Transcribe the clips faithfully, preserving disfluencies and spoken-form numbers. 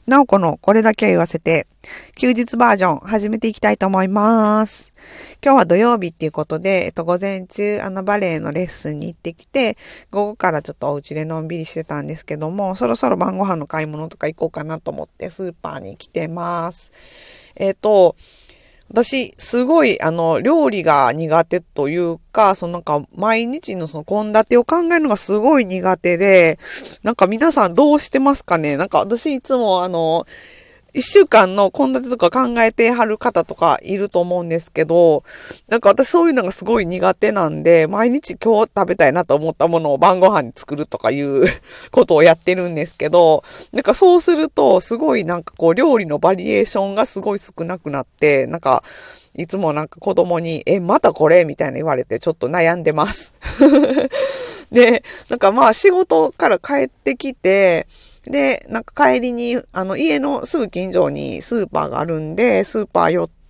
なおこのこれだけは言わせて、休日バージョン始めていきたいと思います。今日は土曜日っていうことで、えっと、午前中、あの、バレエのレッスンに行ってきて、午後からちょっとお家でのんびりしてたんですけども、そろそろ晩ご飯の買い物とか行こうかなと思ってスーパーに来てます。えっと、私、すごい、あの、料理が苦手というか、そのなんか、毎日のその献立を考えるのがすごい苦手で、なんか皆さんどうしてますかね。なんか私いつもあの、一週間の献立とか考えてはる方とかいると思うんですけど、なんか私そういうのがすごい苦手なんで、毎日今日食べたいなと思ったものを晩ご飯に作るとかいうことをやってるんですけど、なんかそうするとすごいなんかこう料理のバリエーションがすごい少なくなって、なんかいつもなんか子供に、え、またこれみたいな言われてちょっと悩んでます。で、なんかまあ仕事から帰ってきて、で、なんか帰りに、あの、家のすぐ近所にスーパーがあるんで、スーパー寄って、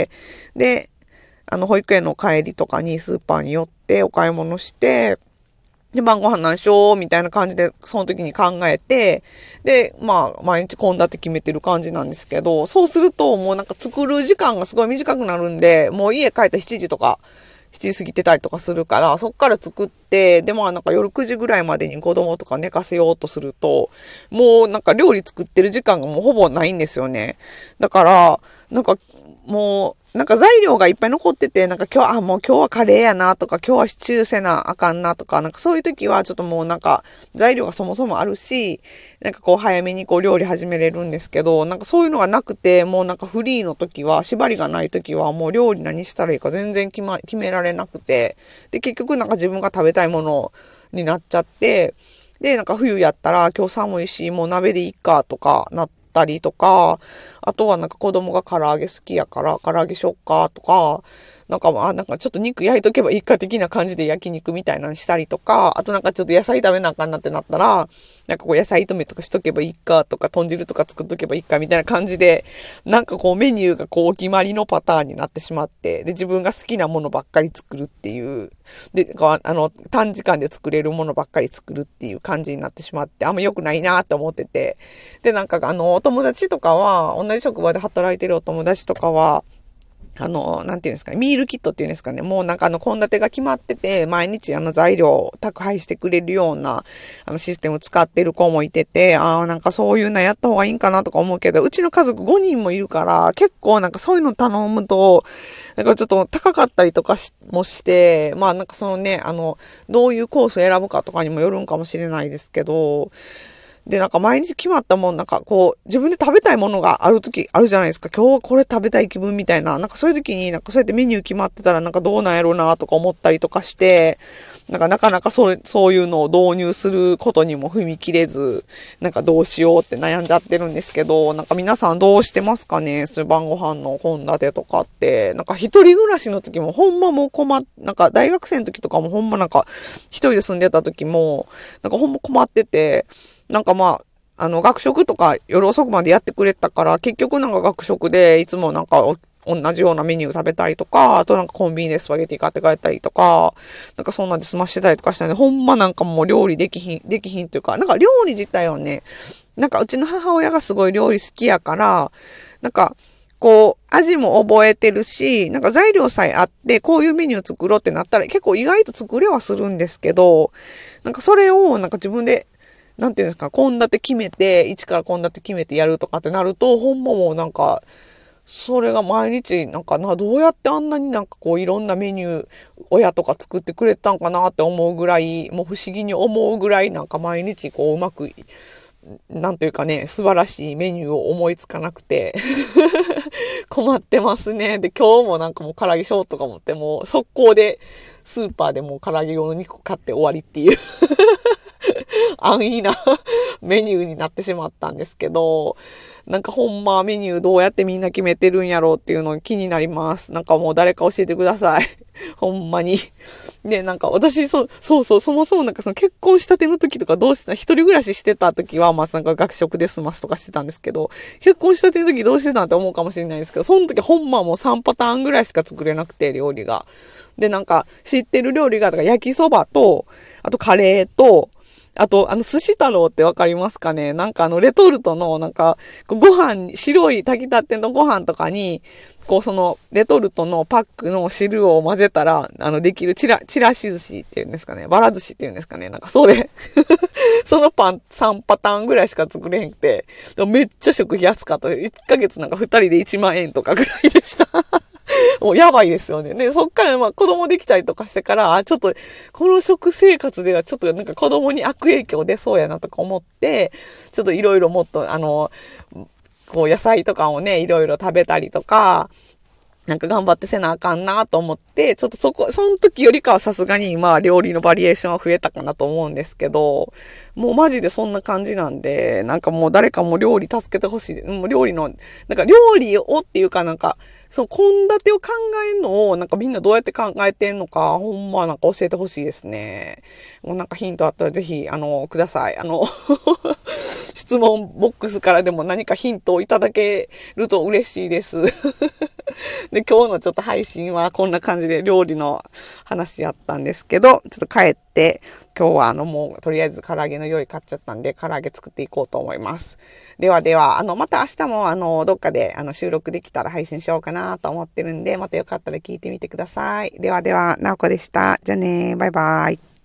で、あの、保育園の帰りとかにスーパーに寄ってお買い物して、で、晩ご飯何しようみたいな感じで、その時に考えて、で、まあ、毎日献立決めてる感じなんですけど、そうするともうなんか作る時間がすごい短くなるんで、もう家帰ったしちじとか、しちじ過ぎてたりとかするから、そっから作って、で、まあなんか夜くじぐらいまでに子供とか寝かせようとすると、もうなんか料理作ってる時間がもうほぼないんですよね。だから、なんかもう、なんか材料がいっぱい残ってて、なんか今日、あ、もう今日はカレーやなとか、今日はシチューせなあかんなとか、なんかそういう時はちょっともうなんか材料がそもそもあるし、なんかこう早めにこう料理始めれるんですけど、なんかそういうのがなくて、もうなんかフリーの時は、縛りがない時はもう料理何したらいいか全然決ま、決められなくて、で、結局なんか自分が食べたいものになっちゃって、で、なんか冬やったら今日寒いし、もう鍋でいいかとかなったりとか、あとはなんか子供が唐揚げ好きやから唐揚げしよっかとか、なんかまあなんかちょっと肉焼いとけばいいか的な感じで焼肉みたいなのしたりとか、あとなんかちょっと野菜食べなあかんなってなったら、なんかこう野菜炒めとかしとけばいいかとか、豚汁とか作っとけばいいかみたいな感じで、なんかこうメニューがこうお決まりのパターンになってしまって、で自分が好きなものばっかり作るっていう、で、あの短時間で作れるものばっかり作るっていう感じになってしまって、あんま良くないなって思ってて、でなんかあのお友達とかは、同じ職場で働いてるお友達とかは、あの、なんていうんですかね、ミールキットっていうんですかね、もうなんかあの、献立が決まってて、毎日あの、材料を宅配してくれるような、あの、システムを使ってる子もいてて、ああ、なんかそういうのやった方がいいんかなとか思うけど、うちの家族ごにんもいるから、結構なんかそういうの頼むと、なんかちょっと高かったりとかしもして、まあなんかそのね、あの、どういうコースを選ぶかとかにもよるんかもしれないですけど、で、なんか毎日決まったもん、なんかこう、自分で食べたいものがある時あるじゃないですか。今日はこれ食べたい気分みたいな。なんかそういう時になんかそうやってメニュー決まってたらなんかどうなんやろうなとか思ったりとかして、なんかなかなかそれ、そういうのを導入することにも踏み切れず、なんかどうしようって悩んじゃってるんですけど、なんか皆さんどうしてますかね。そういう晩ご飯の献立とかって。なんか一人暮らしの時もほんまもう困っ、なんか大学生の時とかもほんまなんか一人で住んでた時も、なんかほんま困ってて、なんかまあ、あの、学食とか夜遅くまでやってくれたから、結局なんか学食でいつもなんか同じようなメニュー食べたりとか、あとなんかコンビニでスパゲティ買って帰ったりとか、なんかそんなんで済ましてたりとかしたんで、ほんまなんかもう料理できひん、できひんというか、なんか料理自体はね、なんかうちの母親がすごい料理好きやから、なんか、こう、味も覚えてるし、なんか材料さえあって、こういうメニュー作ろうってなったら結構意外と作れはするんですけど、なんかそれをなんか自分でなんていうんですか、献立決めて、一から献立決めてやるとかってなると、ほんまもうなんか、それが毎日、なんかな、どうやってあんなになんかこういろんなメニュー、親とか作ってくれたんかなって思うぐらい、もう不思議に思うぐらいなんか毎日こううまく、なんというかね、素晴らしいメニューを思いつかなくて困ってますね。で、今日もなんかもう唐揚げしようとか思って、もう速攻でスーパーでもう唐揚げ用の肉買って終わりっていう安易なメニューになってしまったんですけど、なんかほんまメニューどうやってみんな決めてるんやろうっていうの気になります。なんかもう誰か教えてください。ほんまに。で、なんか私、そ、そうそう、そもそもなんかその結婚したての時とかどうしてた、一人暮らししてた時は、まあなんか学食で済ますとかしてたんですけど、結婚したての時どうしてたんって思うかもしれないですけど、その時ほんまもうさんパターンぐらいしか作れなくて、料理が。で、なんか知ってる料理が、だから焼きそばと、あとカレーと、 あと、あの、寿司太郎ってわかりますかね？なんかあの、レトルトの、なんか、ご飯、白い炊きたてのご飯とかに、こう、その、レトルトのパックの汁を混ぜたら、あの、できるちら、ちらし寿司っていうんですかね。ばら寿司っていうんですかね。なんか、それ、そのパンさんパターンぐらいしか作れへんくて、でもめっちゃ食費安かった。いっかげつなんかふたりでいちまんえんとかぐらいでした。もうやばいですよね。で、そっからまあ子供できたりとかしてから、あ、ちょっとこの食生活ではちょっとなんか子供に悪影響出そうやなとか思って、ちょっといろいろもっとあの、こう野菜とかをね、いろいろ食べたりとか、なんか頑張ってせなあかんなと思って、ちょっとそこ、その時よりかはさすがに今は料理のバリエーションは増えたかなと思うんですけど、もうマジでそんな感じなんで、なんかもう誰かも料理助けてほしい。もう料理の、なんか料理をっていうかなんか、その献立を考えるのをなんかみんなどうやって考えてんのか、ほんまなんか教えてほしいですね。もうなんかヒントあったらぜひ、あの、ください。あの、質問ボックスからでも何かヒントをいただけると嬉しいです。で、今日のちょっと配信はこんな感じで料理の話やったんですけど、ちょっと帰って、今日はあのもうとりあえず唐揚げの用意買っちゃったんで、唐揚げ作っていこうと思います。ではでは、あの、また明日もあの、どっかであの収録できたら配信しようかなと思ってるんで、またよかったら聞いてみてください。ではでは、なおこでした。じゃあね、バイバイ。